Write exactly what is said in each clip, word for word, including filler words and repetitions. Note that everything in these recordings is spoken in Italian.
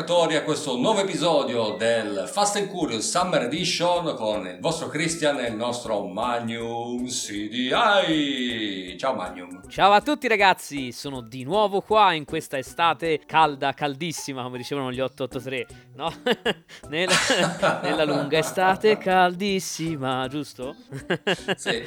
giocatori, a questo nuovo episodio del Fast and Curious Summer Edition con il vostro Christian e il nostro Magnum C D I. Ciao Magnum. Ciao a tutti ragazzi, sono di nuovo qua in questa estate calda, caldissima, come dicevano gli otto otto tre, no? nella, nella lunga estate caldissima, giusto? Sì.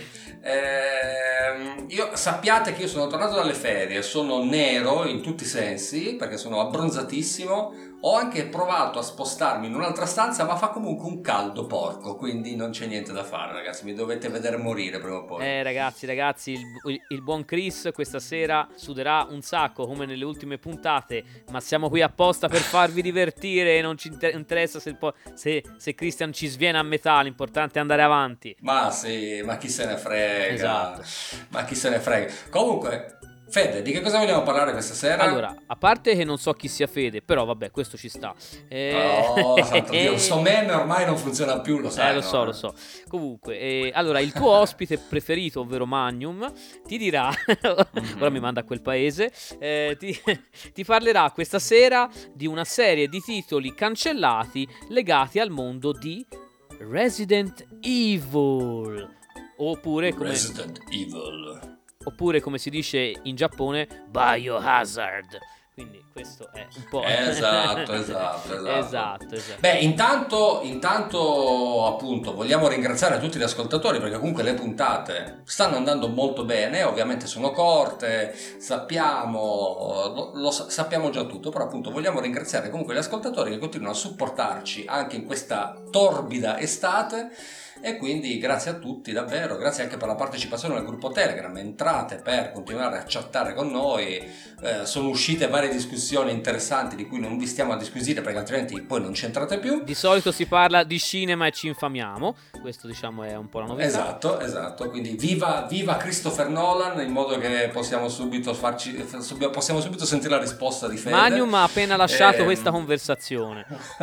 Eh, io sappiate che io sono tornato dalle ferie, sono nero in tutti i sensi perché sono abbronzatissimo. Ho anche provato a spostarmi in un'altra stanza, ma fa comunque un caldo porco, quindi non c'è niente da fare, ragazzi. Mi dovete vedere morire prima o poi. Eh ragazzi, ragazzi, il, il, il buon Chris questa sera suderà un sacco come nelle ultime puntate, ma siamo qui apposta per farvi divertire e non ci inter- interessa se, po- se, se Christian ci sviene a metà, l'importante è andare avanti. Ma sì, ma chi se ne frega. Esatto. Ma chi se ne frega. Comunque, Fede, di che cosa vogliamo parlare questa sera? Allora, a parte che non so chi sia Fede, però vabbè, questo ci sta. Eh... Oh, santo Dio, sto meme ormai non funziona più, lo sai. Eh, lo no? so, lo so. Comunque, eh, allora, il tuo ospite preferito, ovvero Magnum, ti dirà, mm-hmm. ora mi manda a quel paese, eh, ti, ti parlerà questa sera di una serie di titoli cancellati legati al mondo di Resident Evil. Oppure come... Resident Evil. Oppure come si dice in Giappone, Biohazard. Quindi questo è un po'... Esatto, esatto, esatto. esatto, esatto. Beh, intanto, intanto appunto vogliamo ringraziare tutti gli ascoltatori perché comunque le puntate stanno andando molto bene, ovviamente sono corte, sappiamo, lo, lo sappiamo già tutto, però appunto vogliamo ringraziare comunque gli ascoltatori che continuano a supportarci anche in questa torbida estate. E quindi grazie a tutti davvero, grazie anche per la partecipazione al gruppo Telegram, entrate per continuare a chattare con noi, eh, sono uscite varie discussioni interessanti di cui non vi stiamo a disquisire perché altrimenti poi non c'entrate più. Di solito si parla di cinema e ci infamiamo, questo diciamo è un po' la novità. Esatto, esatto, quindi viva, viva Christopher Nolan, in modo che possiamo subito farci, possiamo subito sentire la risposta di Fede. Magnum ha appena lasciato e... questa conversazione.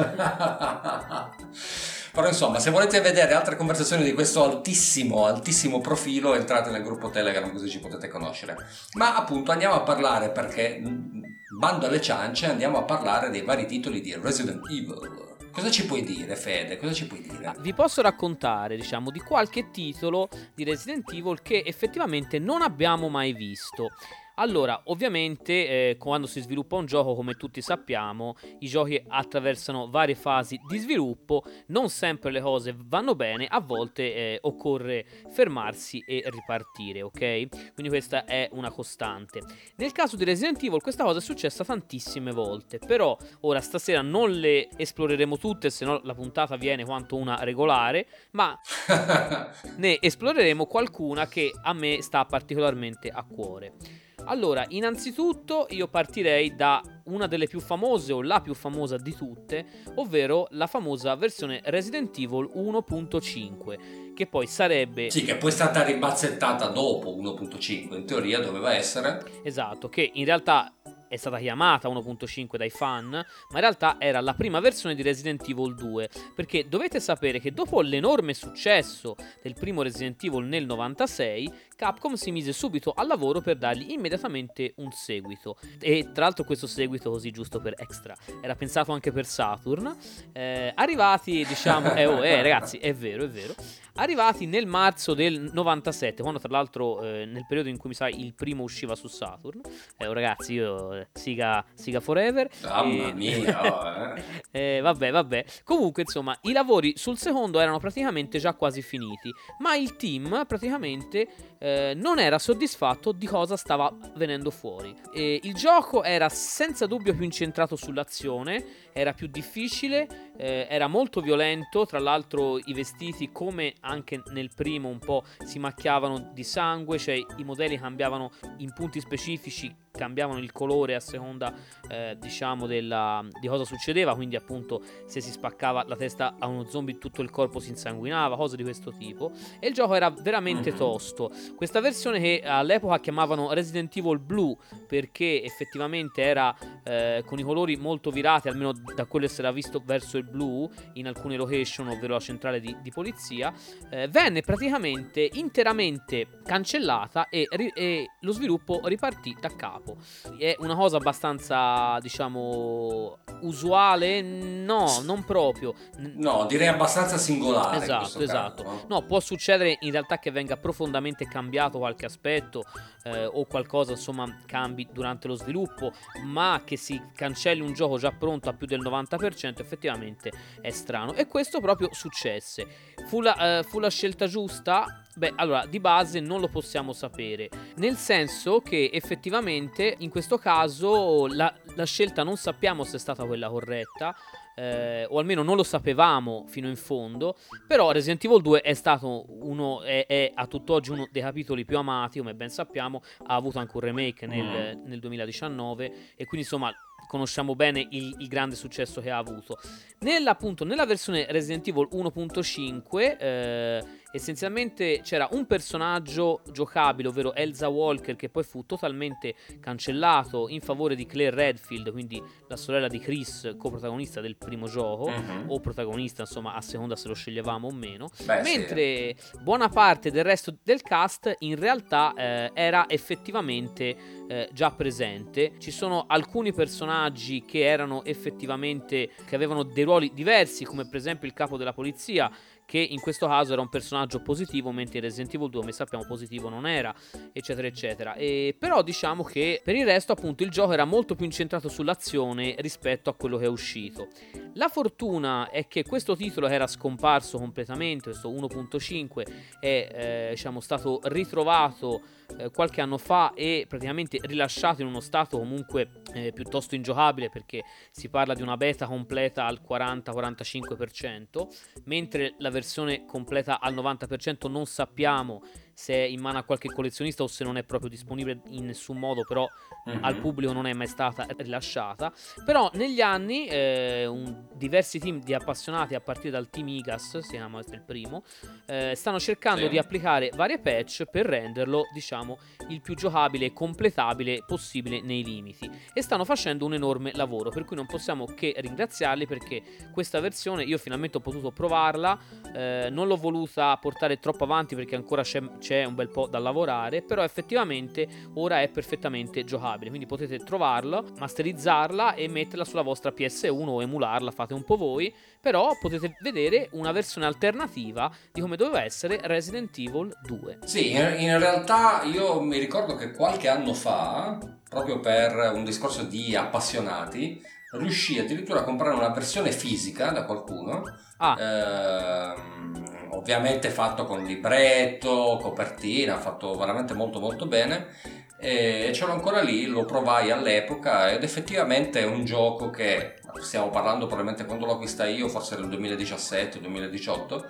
Però insomma, se volete vedere altre conversazioni di questo altissimo, altissimo profilo, entrate nel gruppo Telegram così ci potete conoscere. Ma appunto andiamo a parlare, perché bando alle ciance, andiamo a parlare dei vari titoli di Resident Evil. Cosa ci puoi dire, Fede? Cosa ci puoi dire? Vi posso raccontare, diciamo, di qualche titolo di Resident Evil che effettivamente non abbiamo mai visto. Allora, ovviamente, eh, quando si sviluppa un gioco, come tutti sappiamo, i giochi attraversano varie fasi di sviluppo, non sempre le cose vanno bene, a volte eh, occorre fermarsi e ripartire, ok? Quindi questa è una costante. Nel caso di Resident Evil questa cosa è successa tantissime volte, però ora stasera non le esploreremo tutte, se no la puntata viene quanto una regolare, ma ne esploreremo qualcuna che a me sta particolarmente a cuore. Allora, innanzitutto io partirei da una delle più famose o la più famosa di tutte, ovvero la famosa versione Resident Evil uno punto cinque, che poi sarebbe... Sì, che poi è stata ribazzettata dopo uno punto cinque, in teoria doveva essere. Esatto, che in realtà è stata chiamata uno punto cinque dai fan, ma in realtà era la prima versione di Resident Evil due, perché dovete sapere che dopo l'enorme successo del primo Resident Evil nel novantasei, Capcom si mise subito al lavoro per dargli immediatamente un seguito, e tra l'altro questo seguito, così giusto per extra, era pensato anche per Saturn. eh, arrivati diciamo eh, oh, eh ragazzi è vero è vero arrivati nel marzo del novantasette, quando tra l'altro eh, nel periodo in cui mi sa il primo usciva su Saturn. eh, oh, ragazzi io eh, siga, siga forever. Mamma e... mia oh, eh. eh, vabbè vabbè comunque insomma i lavori sul secondo erano praticamente già quasi finiti, ma il team praticamente eh, non era soddisfatto di cosa stava venendo fuori. E il gioco era senza dubbio più incentrato sull'azione, era più difficile, eh, era molto violento, tra l'altro i vestiti, come anche nel primo, un po' si macchiavano di sangue, cioè i modelli cambiavano in punti specifici, cambiavano il colore a seconda eh, diciamo della, di cosa succedeva, quindi appunto se si spaccava la testa a uno zombie tutto il corpo si insanguinava, cose di questo tipo, e il gioco era veramente Mm-hmm. tosto. Questa versione, che all'epoca chiamavano Resident Evil Blue perché effettivamente era eh, con i colori molto virati, almeno da quello che si era visto verso il blu in alcune location, ovvero la centrale di, di polizia, eh, venne praticamente interamente cancellata e, ri- e lo sviluppo ripartì da capo. dopo. È una cosa abbastanza, diciamo, usuale? No, non proprio. No, direi abbastanza singolare. Esatto, esatto. Caso, no? No, può succedere in realtà che venga profondamente cambiato qualche aspetto eh, o qualcosa insomma cambi durante lo sviluppo, ma che si cancelli un gioco già pronto a più del novanta per cento effettivamente è strano. E questo proprio successe. Fu la, eh, fu la scelta giusta? Beh, allora, di base non lo possiamo sapere, nel senso che effettivamente in questo caso la, la scelta non sappiamo se è stata quella corretta, eh, o almeno non lo sapevamo fino in fondo, però Resident Evil due è stato uno, è, è a tutt'oggi uno dei capitoli più amati, come ben sappiamo, ha avuto anche un remake nel, nel duemiladiciannove e quindi insomma conosciamo bene il, il grande successo che ha avuto. Nella, appunto, nella versione Resident Evil uno punto cinque eh, essenzialmente c'era un personaggio giocabile, ovvero Elsa Walker, che poi fu totalmente cancellato in favore di Claire Redfield, quindi la sorella di Chris, coprotagonista del primo gioco, uh-huh. o protagonista, insomma, a seconda se lo sceglievamo o meno. Beh, mentre sì. buona parte del resto del cast in realtà eh, era effettivamente eh, già presente. Ci sono alcuni personaggi che erano effettivamente, che avevano dei ruoli diversi, come per esempio il capo della polizia, che in questo caso era un personaggio positivo, mentre in Resident Evil due, come sappiamo, positivo non era, eccetera eccetera. E però diciamo che per il resto appunto il gioco era molto più incentrato sull'azione rispetto a quello che è uscito. La fortuna è che questo titolo, che era scomparso completamente, questo uno punto cinque, è eh, diciamo stato ritrovato eh, qualche anno fa e praticamente rilasciato in uno stato comunque eh, piuttosto ingiocabile, perché si parla di una beta completa al quaranta quarantacinque per cento, mentre la versione completa al novanta per cento non sappiamo se è in mano a qualche collezionista o se non è proprio disponibile in nessun modo, però mm-hmm. al pubblico non è mai stata rilasciata. Però negli anni eh, un, diversi team di appassionati, a partire dal team Igas, si chiama il primo, eh, stanno cercando sì. di applicare varie patch per renderlo, diciamo, il più giocabile e completabile possibile nei limiti, e stanno facendo un enorme lavoro, per cui non possiamo che ringraziarli, perché questa versione io finalmente ho potuto provarla. Eh, non l'ho voluta portare troppo avanti perché ancora c'è, c'è un bel po' da lavorare, però effettivamente ora è perfettamente giocabile, quindi potete trovarla, masterizzarla e metterla sulla vostra P S uno o emularla, fate un po' voi, però potete vedere una versione alternativa di come doveva essere Resident Evil due. Sì, in, in realtà io mi ricordo che qualche anno fa, proprio per un discorso di appassionati, riuscì addirittura a comprare una versione fisica da qualcuno, ah. ehm, ovviamente fatto con libretto, copertina, fatto veramente molto molto bene, e ce l'ho ancora lì, lo provai all'epoca ed effettivamente è un gioco che, stiamo parlando probabilmente quando lo acquistai io, forse nel duemiladiciassette duemiladiciotto,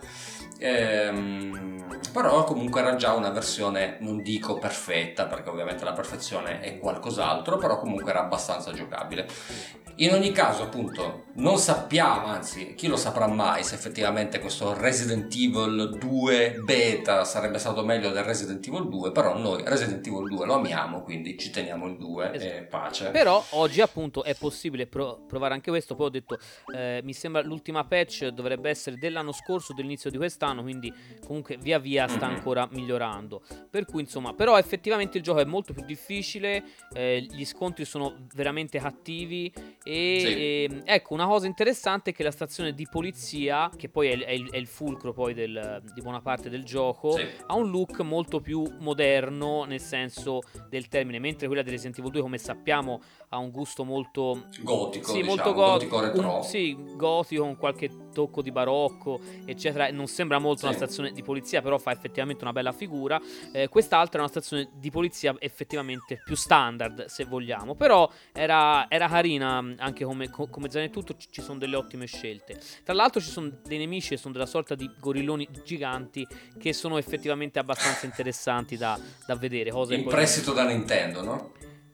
ehm, però comunque era già una versione, non dico perfetta perché ovviamente la perfezione è qualcos'altro, però comunque era abbastanza giocabile. In ogni caso, appunto, non sappiamo, anzi, chi lo saprà mai se effettivamente questo Resident Evil due beta sarebbe stato meglio del Resident Evil due, però noi Resident Evil due lo amiamo, quindi ci teniamo il due, esatto. E pace. Però oggi appunto è possibile pro- provare anche questo, poi ho detto, eh, mi sembra l'ultima patch dovrebbe essere dell'anno scorso, dell'inizio di quest'anno, quindi comunque via via sta mm-hmm. ancora migliorando. Per cui insomma, però effettivamente il gioco è molto più difficile, eh, gli scontri sono veramente cattivi. E, sì. e ecco, una cosa interessante è che la stazione di polizia, che poi è il, è il, è il fulcro poi del, di buona parte del gioco, sì. ha un look molto più moderno nel senso del termine, mentre quella di Resident Evil due, come sappiamo, ha un gusto molto gotico, sì, diciamo, molto go- gotico retro. Un, sì, gotico con qualche tocco di barocco, eccetera. Non sembra molto sì. una stazione di polizia, però fa effettivamente una bella figura. Eh, quest'altra è una stazione di polizia effettivamente più standard, se vogliamo, però era, era carina. Anche come, come zone e tutto ci sono delle ottime scelte. Tra l'altro ci sono dei nemici che sono della sorta di gorilloni giganti che sono effettivamente abbastanza interessanti da, da vedere. Cose in poi... prestito da Nintendo, no?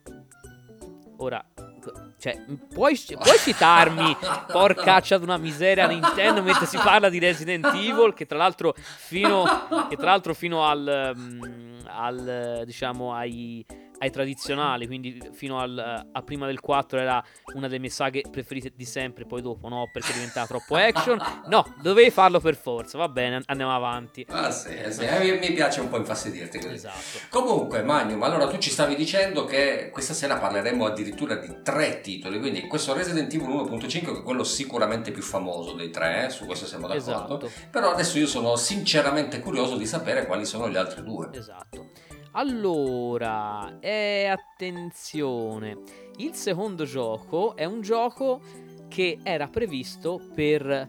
Ora, cioè, puoi, puoi citarmi porcaccia di una miseria Nintendo mentre si parla di Resident Evil, che tra l'altro fino, che tra l'altro fino al, al diciamo ai ai tradizionali, quindi fino al, a prima del quattro era una delle mie saghe preferite di sempre, poi dopo no, perché diventava troppo action. No, dovevi farlo per forza, va bene, andiamo avanti. Ah sì, sì. Eh, mi piace un po' infastidirti così. Esatto. Comunque Magnum, allora tu ci stavi dicendo che questa sera parleremo addirittura di tre titoli, quindi questo Resident Evil uno punto cinque che è quello sicuramente più famoso dei tre, eh, su questo siamo d'accordo. Esatto. Però adesso io sono sinceramente curioso di sapere quali sono gli altri due. Esatto. Allora, eh, attenzione, il secondo gioco è un gioco che era previsto per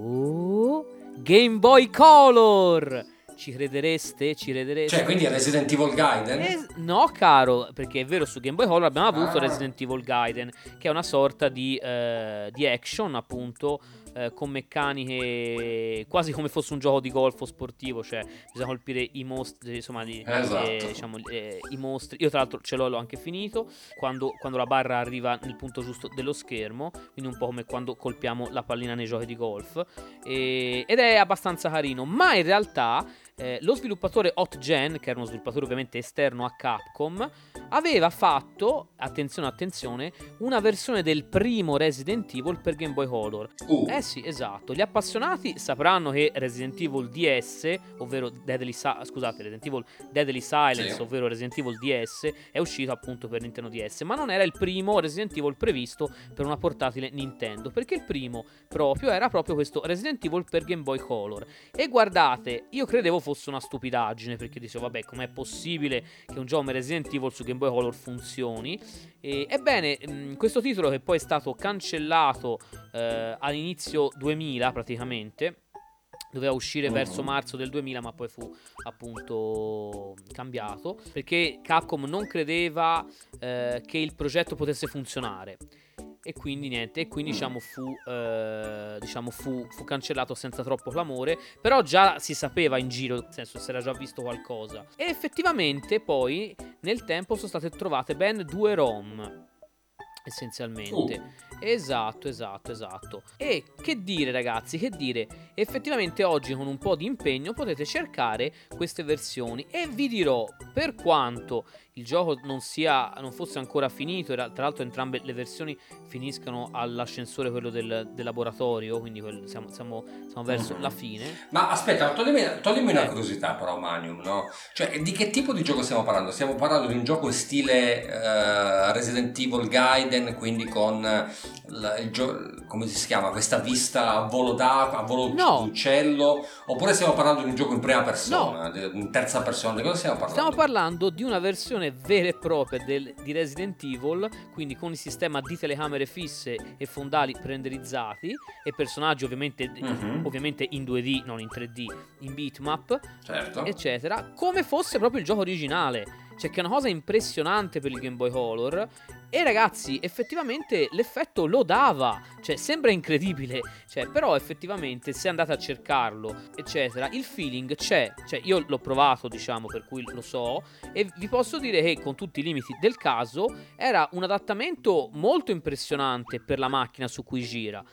oh, Game Boy Color. Ci credereste? Ci credereste? Cioè, quindi è Resident Evil Gaiden? Es- no, caro, perché è vero, su Game Boy Color abbiamo avuto Ah. Resident Evil Gaiden, che è una sorta di, eh, di action, appunto, eh, con meccaniche quasi come fosse un gioco di golf o sportivo, cioè bisogna colpire i mostri, insomma, di, Esatto. eh, diciamo, eh, i mostri. Io tra l'altro ce l'ho, l'ho anche finito, quando, quando la barra arriva nel punto giusto dello schermo, quindi un po' come quando colpiamo la pallina nei giochi di golf, e- ed è abbastanza carino, ma in realtà eh, lo sviluppatore HotGen, che era uno sviluppatore ovviamente esterno a Capcom, aveva fatto, attenzione attenzione, una versione del primo Resident Evil per Game Boy Color. Uh. Eh sì, esatto. Gli appassionati sapranno che Resident Evil D S, ovvero Deadly, Sa- scusate, Resident Evil Deadly Silence, Sì. ovvero Resident Evil D S, è uscito appunto per Nintendo D S, ma non era il primo Resident Evil previsto per una portatile Nintendo, perché il primo proprio era proprio questo Resident Evil per Game Boy Color. E guardate, io credevo fosse una stupidaggine, perché dicevo, vabbè, com'è possibile che un gioco come Resident Evil su Game Boy Color funzioni? E, ebbene, mh, questo titolo, che poi è stato cancellato eh, all'inizio duemila praticamente, doveva uscire Mhm. verso marzo del duemila, ma poi fu appunto cambiato perché Capcom non credeva eh, che il progetto potesse funzionare. E quindi niente, e quindi Mm. diciamo fu, eh, diciamo fu, fu cancellato senza troppo clamore, però già si sapeva in giro, nel senso si era già visto qualcosa. E effettivamente poi nel tempo sono state trovate ben due ROM, essenzialmente. Uh. Esatto, esatto, esatto. E che dire ragazzi, che dire, effettivamente oggi con un po' di impegno potete cercare queste versioni e vi dirò, per quanto il gioco non sia non fosse ancora finito, era- tra l'altro entrambe le versioni finiscono all'ascensore, quello del, del laboratorio, quindi quel- siamo, siamo, siamo verso Mhm. la fine. Ma aspetta, toglimi, toglimi una Eh. curiosità però Magnum, no? Cioè, di che tipo di gioco stiamo parlando? Stiamo parlando di un gioco in stile eh, Resident Evil Gaiden, quindi con eh, la- il gio- come si chiama? Questa vista a volo d'acqua, a volo No. d'uccello? Oppure stiamo parlando di un gioco in prima persona, di- in terza persona? Di cosa stiamo parlando? Stiamo parlando di una versione vera e propria del- di Resident Evil, quindi con il sistema di telecamere fisse e fondali prenderizzati e personaggi ovviamente, Mhm. ovviamente in due D, non in tre D, in bitmap, Certo. eccetera, come fosse proprio il gioco originale. Cioè, che è una cosa impressionante per il Game Boy Color. E ragazzi, effettivamente l'effetto lo dava. Cioè, sembra incredibile. Cioè, però effettivamente se andate a cercarlo, eccetera, il feeling c'è. Cioè, io l'ho provato, diciamo, per cui lo so. E vi posso dire che, con tutti i limiti del caso, era un adattamento molto impressionante per la macchina su cui gira.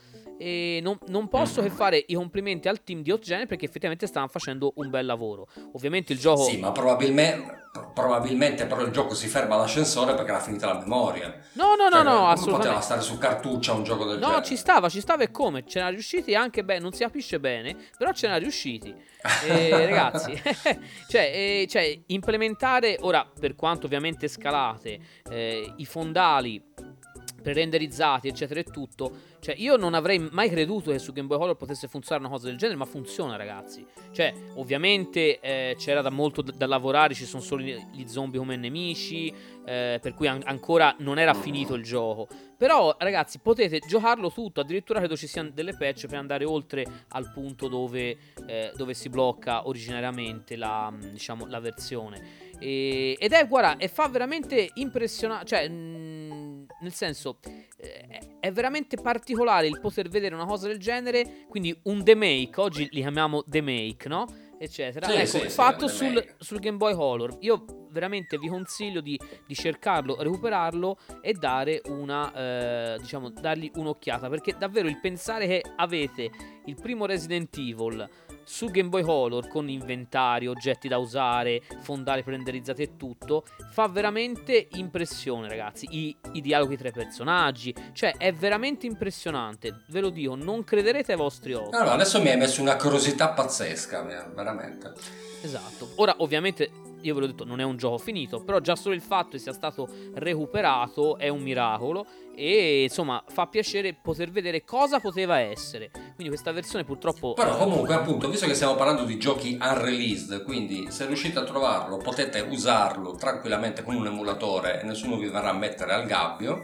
E non, non posso che fare i complimenti al team di HotGen, perché effettivamente stavano facendo un bel lavoro. Ovviamente il gioco... Sì, ma probabilmente, probabilmente però il gioco si ferma all'ascensore perché era finita la memoria. No, no, Cioè, no, no, come assolutamente. poteva stare su cartuccia un gioco del No, genere? ci stava, ci stava e come? Ce n'era riusciti anche, beh, non si capisce bene, però ce n'era riusciti. E, ragazzi, cioè, eh, cioè, implementare, ora, per quanto ovviamente scalate, eh, i fondali pre-renderizzati, eccetera e tutto, cioè io non avrei mai creduto che su Game Boy Color potesse funzionare una cosa del genere, ma funziona, ragazzi. Cioè, ovviamente eh, c'era da molto da, da lavorare, ci sono solo gli zombie come nemici, eh, per cui an- ancora non era finito il gioco. Però, ragazzi, potete giocarlo tutto, addirittura credo ci siano delle patch per andare oltre al punto dove, eh, dove si blocca originariamente la, diciamo, la versione. E- ed è, guarda, e fa veramente impressionante, cioè, mh, nel senso, eh, è veramente particolare il poter vedere una cosa del genere, quindi un remake, oggi li chiamiamo remake, no? Eccetera. Sì, Ecco, sì, sì, fatto un sul, remake. sul Game Boy Color. Io veramente vi consiglio di, di cercarlo, recuperarlo e dare una, eh, diciamo, dargli un'occhiata, perché davvero il pensare che avete il primo Resident Evil su Game Boy Color con inventari, oggetti da usare, fondali prenderizzati e tutto, fa veramente impressione, ragazzi. I, i dialoghi tra i personaggi, cioè è veramente impressionante, ve lo dico, non crederete ai vostri occhi. Allora, adesso mi hai messo una curiosità pazzesca, veramente. Esatto. Ora, ovviamente, io ve l'ho detto, non è un gioco finito, però già solo il fatto che sia stato recuperato è un miracolo e insomma fa piacere poter vedere cosa poteva essere. Quindi questa versione purtroppo... Però comunque appunto, visto che stiamo parlando di giochi unreleased, quindi se riuscite a trovarlo potete usarlo tranquillamente con un emulatore e nessuno vi verrà a mettere al gabbio,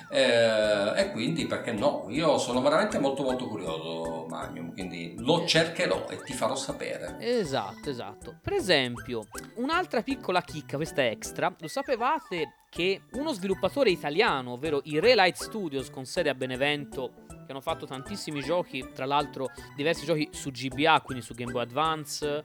eh, e quindi perché no? Io sono veramente molto molto curioso, Magnum, quindi lo cercherò e ti farò sapere. Esatto, esatto. Per esempio, un'altra piccola chicca, questa extra, lo sapevate che uno sviluppatore italiano, ovvero i Relight Studios con sede a Benevento, che hanno fatto tantissimi giochi, tra l'altro diversi giochi su G B A, quindi su Game Boy Advance,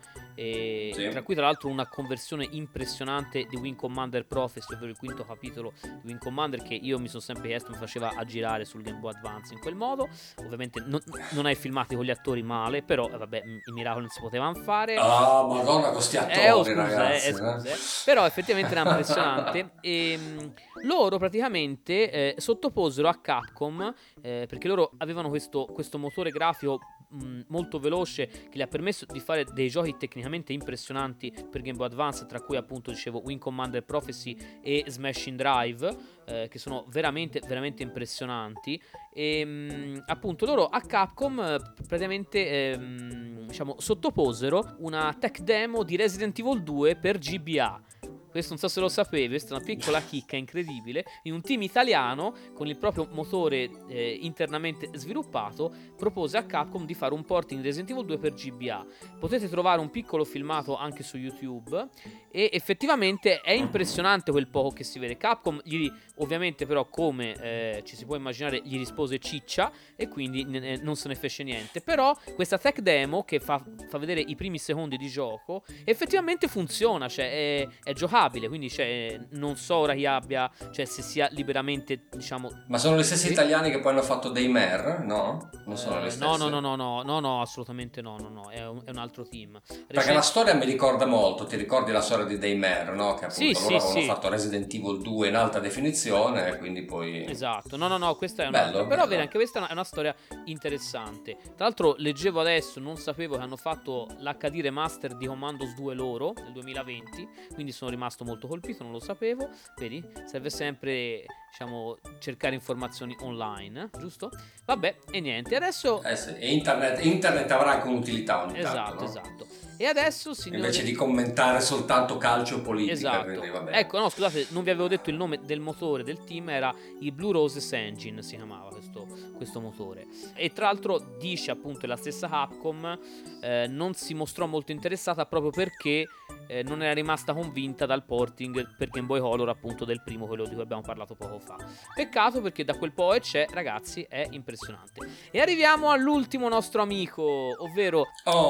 e Sì. tra cui tra l'altro una conversione impressionante di Wing Commander Prophecy, ovvero il quinto capitolo di Wing Commander, che io mi sono sempre chiesto mi faceva a girare sul Game Boy Advance in quel modo. Ovviamente non, non hai filmati con gli attori male, però eh, vabbè, i miracoli non si potevano fare. Ah, oh, madonna, con sti attori, eh, oh, scusa, ragazzi, eh, scusa, eh. Però effettivamente era impressionante. E mh, loro praticamente eh, sottoposero a Capcom, eh, perché loro avevano questo, questo motore grafico mh, molto veloce che gli ha permesso di fare dei giochi tecnicamente impressionanti per Game Boy Advance, tra cui appunto dicevo Wing Commander Prophecy e Smashing Drive, eh, che sono veramente veramente impressionanti. E mh, appunto loro a Capcom eh, praticamente ehm, diciamo sottoposero una tech demo di Resident Evil due per G B A. Questo non so se lo sapevi, questa è una piccola chicca incredibile. In un team italiano, con il proprio motore eh, internamente sviluppato, propose a Capcom di fare un porting di Resident Evil due per G B A. Potete trovare un piccolo filmato anche su YouTube e effettivamente è impressionante quel poco che si vede. Capcom gli, ovviamente però, come eh, ci si può immaginare, gli rispose ciccia e quindi ne, non se ne fece niente. Però questa tech demo che fa, fa vedere i primi secondi di gioco effettivamente funziona, cioè è, è giocabile. Quindi cioè, non so ora chi abbia, cioè se sia liberamente, diciamo. Ma sono gli stessi italiani che poi hanno fatto Daymare, no? Non sono eh, gli stessi? No, no, no, no, no, no, no, assolutamente no, no, no, è un, è un altro team. Perché Recen- la storia mi ricorda molto, ti ricordi la storia di Daymare, no? Che appunto Sì, loro sì, avevano sì. fatto Resident Evil due in alta definizione, quindi poi... Esatto, no, no, no, questa è una. Bello, Però bello. vedi, anche questa è una, è una storia interessante. Tra l'altro, leggevo adesso, non sapevo che hanno fatto l'H D remaster di Commandos due loro nel duemilaventi. Quindi sono rimasto molto colpito, non lo sapevo. Vedi, serve sempre, diciamo, cercare informazioni online, giusto? Vabbè, e niente, adesso. Eh sì, e internet, internet avrà anche un'utilità ogni Esatto, tanto, no? esatto. E adesso, signori. Invece di commentare soltanto calcio e politica, Esatto. quindi va bene. Ecco, no, scusate, non vi avevo detto il nome del motore del team, era il Blue Roses Engine, si chiamava questo, questo motore. E tra l'altro dice appunto la stessa Capcom eh, non si mostrò molto interessata proprio perché eh, non era rimasta convinta dal porting per Game Boy Color appunto del primo, quello di cui abbiamo parlato poco fa. Peccato, perché da quel po' e c'è, ragazzi, è impressionante. E arriviamo all'ultimo nostro amico, ovvero...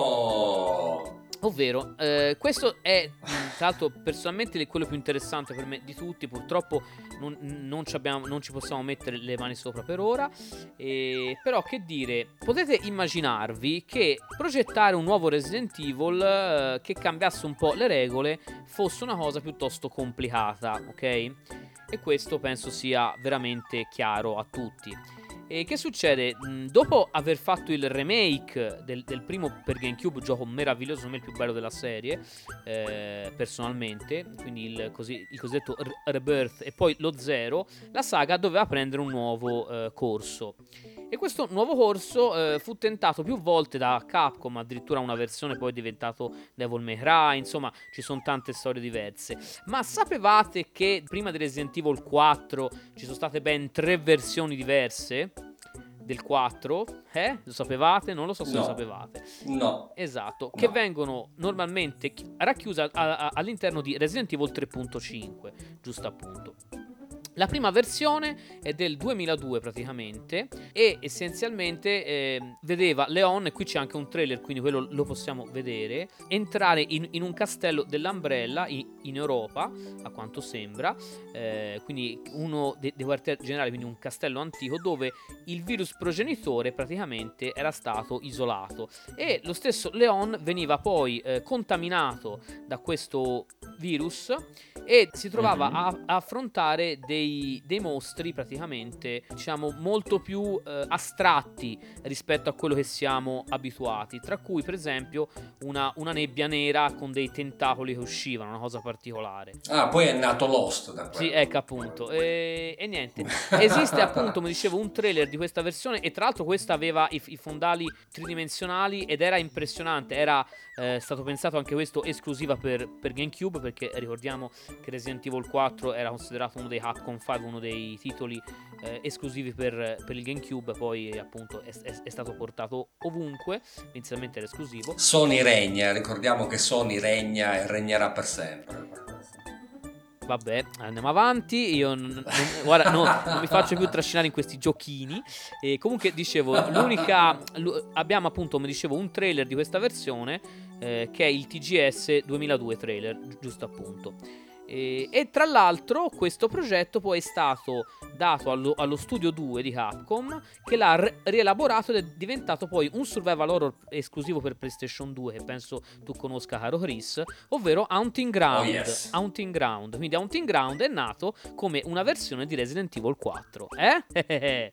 Oh... Ovvero, eh, questo è tra l'altro personalmente quello più interessante per me di tutti. Purtroppo non, non, ci, abbiamo, non ci possiamo mettere le mani sopra per ora, eh, però che dire, potete immaginarvi che progettare un nuovo Resident Evil eh, che cambiasse un po' le regole fosse una cosa piuttosto complicata, ok? E questo penso sia veramente chiaro a tutti. E che succede? Dopo aver fatto il remake del, del primo per GameCube, gioco meraviglioso, secondo me il più bello della serie, eh, personalmente, quindi il, così, il cosiddetto Rebirth e poi lo Zero, la saga doveva prendere un nuovo eh, corso. E questo nuovo corso eh, fu tentato più volte da Capcom, addirittura una versione poi è diventato Devil May Cry, insomma ci sono tante storie diverse. Ma sapevate che prima di Resident Evil quattro ci sono state ben tre versioni diverse del quattro? Eh? Lo sapevate? Non lo so se No. lo sapevate. No. Esatto, No. che vengono normalmente chi- racchiuse a- a- all'interno di Resident Evil tre punto cinque, giusto appunto. La prima versione è del duemiladue praticamente e essenzialmente eh, vedeva Leon, e qui c'è anche un trailer quindi quello lo possiamo vedere, entrare in, in un castello dell'Umbrella in, in Europa, a quanto sembra, eh, quindi uno dei, dei quartier generali, quindi un castello antico dove il virus progenitore praticamente era stato isolato, e lo stesso Leon veniva poi eh, contaminato da questo virus e si trovava a, a affrontare dei, dei mostri praticamente, diciamo, molto più eh, astratti rispetto a quello che siamo abituati, tra cui per esempio una, una nebbia nera con dei tentacoli che uscivano, una cosa particolare. Ah, poi è nato Lost da quello. Sì, ecco appunto. E, e niente, esiste appunto, come dicevo, un trailer di questa versione, e tra l'altro questa aveva i, i fondali tridimensionali ed era impressionante. Era eh, stato pensato anche questo esclusiva per, per GameCube, perché ricordiamo che Resident Evil quattro era considerato uno dei Capcom cinque, uno dei titoli eh, esclusivi per, per il GameCube. Poi appunto è, è, è stato portato ovunque, inizialmente era esclusivo. Sony regna, ricordiamo che Sony regna e regnerà per sempre. Vabbè, andiamo avanti. Io non, non, guarda, no, non mi faccio più trascinare in questi giochini. E comunque dicevo, l'unica abbiamo appunto, come dicevo, un trailer di questa versione eh, che è il T G S duemiladue trailer, giusto appunto. E, e tra l'altro questo progetto poi è stato dato allo, allo studio due di Capcom, che l'ha re- rielaborato ed è diventato poi un survival horror esclusivo per PlayStation due, che penso tu conosca, caro Chris, ovvero Haunting Ground. Oh, yes. Haunting Ground. Quindi Haunting Ground è nato come una versione di Resident Evil quattro. Eh? eh,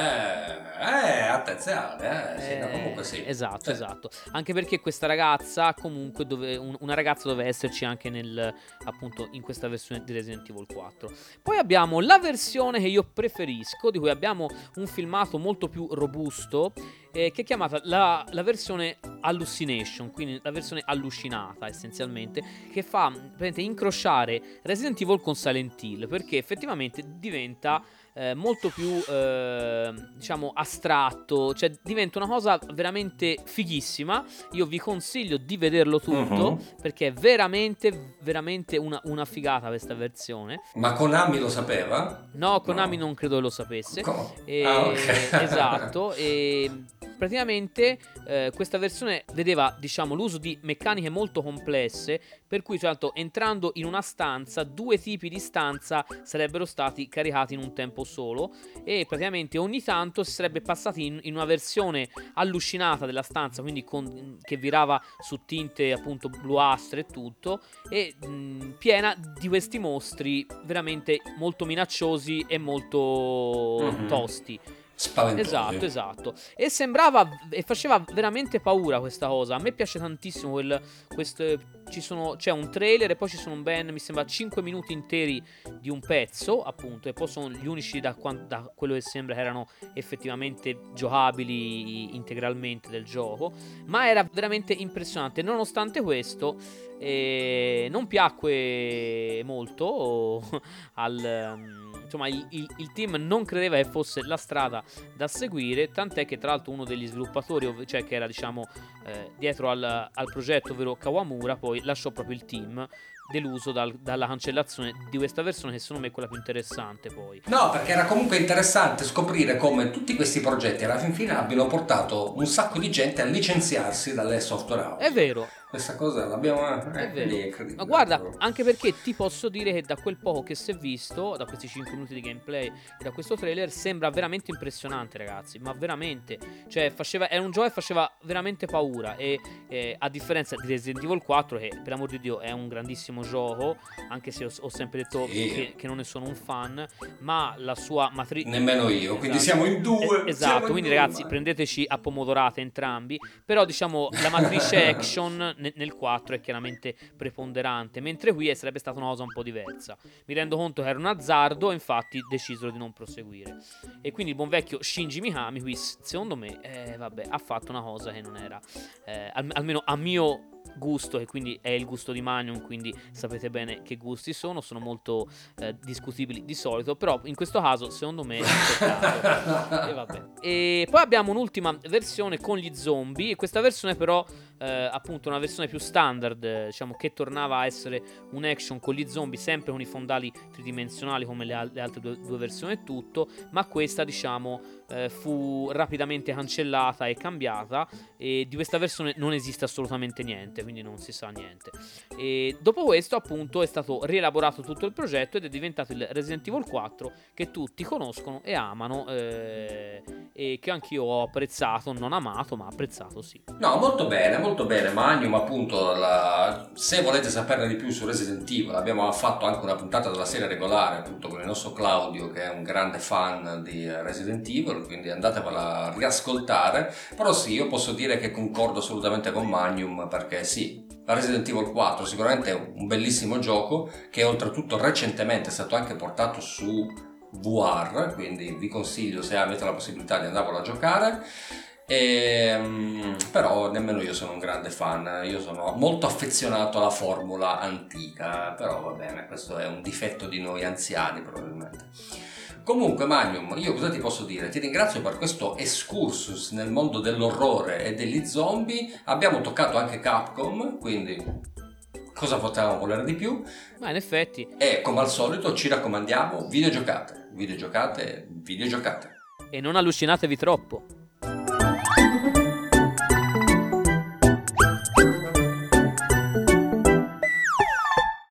eh attenzione, eh. Sì, no, comunque sì. Esatto, sì. esatto. Anche perché questa ragazza comunque dove, un, una ragazza doveva esserci anche nel, appunto, in questa versione di Resident Evil quattro. Poi abbiamo la versione che io preferisco, di cui abbiamo un filmato molto più robusto, eh, che è chiamata la, la versione Hallucination, quindi la versione allucinata essenzialmente, che fa incrociare Resident Evil con Silent Hill, perché effettivamente diventa Eh, molto più eh, diciamo astratto, cioè diventa una cosa veramente fighissima. Io vi consiglio di vederlo tutto, uh-huh. perché è veramente veramente una, una figata questa versione. Ma Konami lo sapeva? No, Konami no. non credo lo sapesse. Com- e, ah, okay. Esatto. E praticamente eh, questa versione vedeva, diciamo, l'uso di meccaniche molto complesse, per cui tra l'altro entrando in una stanza, due tipi di stanza sarebbero stati caricati in un tempo solo, e praticamente ogni tanto si sarebbe passati in, in una versione allucinata della stanza, quindi con, che virava su tinte appunto bluastre e tutto, e mh, piena di questi mostri veramente molto minacciosi e molto mm-hmm. tosti. Spaventosi. Esatto, esatto. E sembrava e faceva veramente paura questa cosa. A me piace tantissimo quel questo, ci sono c'è un trailer e poi ci sono un ben, mi sembra, cinque minuti interi di un pezzo, appunto, e poi sono gli unici da, da quello che sembra che erano effettivamente giocabili integralmente del gioco, ma era veramente impressionante. Nonostante questo eh, non piacque molto al insomma il, il, il team non credeva che fosse la strada da seguire, tant'è che tra l'altro uno degli sviluppatori, cioè che era diciamo eh, dietro al, al progetto, ovvero Kawamura, poi lasciò proprio il team, deluso dal, dalla cancellazione di questa versione, che secondo me è quella più interessante poi. No, perché era comunque interessante scoprire come tutti questi progetti alla fin fine abbiano portato un sacco di gente a licenziarsi dalle software house. È vero. Questa cosa l'abbiamo eh, è vero. Incredibile. Ma guarda, anche perché ti posso dire che da quel poco che si è visto, da questi cinque minuti di gameplay e da questo trailer, sembra veramente impressionante, ragazzi, ma veramente, cioè faceva, era un gioco che faceva veramente paura, e eh, a differenza di Resident Evil quattro, che per amor di Dio è un grandissimo gioco, anche se ho, ho sempre detto sì. che, che non ne sono un fan, ma la sua matrice, nemmeno io, esatto. Quindi siamo in due, eh, esatto, quindi due, ragazzi ma... prendeteci a pomodorate entrambi, però diciamo la matrice action nel quattro è chiaramente preponderante, mentre qui sarebbe stata una cosa un po' diversa. Mi rendo conto che era un azzardo, infatti decisero di non proseguire, e quindi il buon vecchio Shinji Mikami qui secondo me eh, vabbè, ha fatto una cosa che non era eh, al- almeno a mio gusto, che quindi è il gusto di Magnum, quindi sapete bene che gusti sono, sono molto eh, discutibili di solito, però in questo caso secondo me è peccato. E vabbè. E poi abbiamo un'ultima versione con gli zombie, e questa versione però eh, appunto una versione più standard, eh, diciamo, che tornava a essere un action con gli zombie, sempre con i fondali tridimensionali come le, al- le altre due, due versioni e tutto, ma questa diciamo eh, fu rapidamente cancellata e cambiata, e di questa versione non esiste assolutamente niente, quindi non si sa niente. E dopo questo appunto è stato rielaborato tutto il progetto ed è diventato il Resident Evil quattro che tutti conoscono e amano, eh, e che anch'io ho apprezzato, non amato ma apprezzato, sì. No, molto bene, molto bene. Magnum, appunto, la... se volete saperne di più su Resident Evil, abbiamo fatto anche una puntata della serie regolare, appunto, con il nostro Claudio, che è un grande fan di Resident Evil, quindi andatevela a riascoltare. Però sì, io posso dire che concordo assolutamente con Magnum, perché sì, Resident Evil quattro sicuramente è un bellissimo gioco, che oltretutto recentemente è stato anche portato su V R, quindi vi consiglio, se avete la possibilità, di andarvelo a giocare. E, però nemmeno io sono un grande fan, io sono molto affezionato alla formula antica, però va bene, questo è un difetto di noi anziani probabilmente. Comunque Magnum, io cosa ti posso dire? Ti ringrazio per questo excursus nel mondo dell'orrore e degli zombie. Abbiamo toccato anche Capcom, quindi cosa potevamo volere di più? Ma in effetti, E come al solito ci raccomandiamo, videogiocate, videogiocate, videogiocate. e non allucinatevi troppo.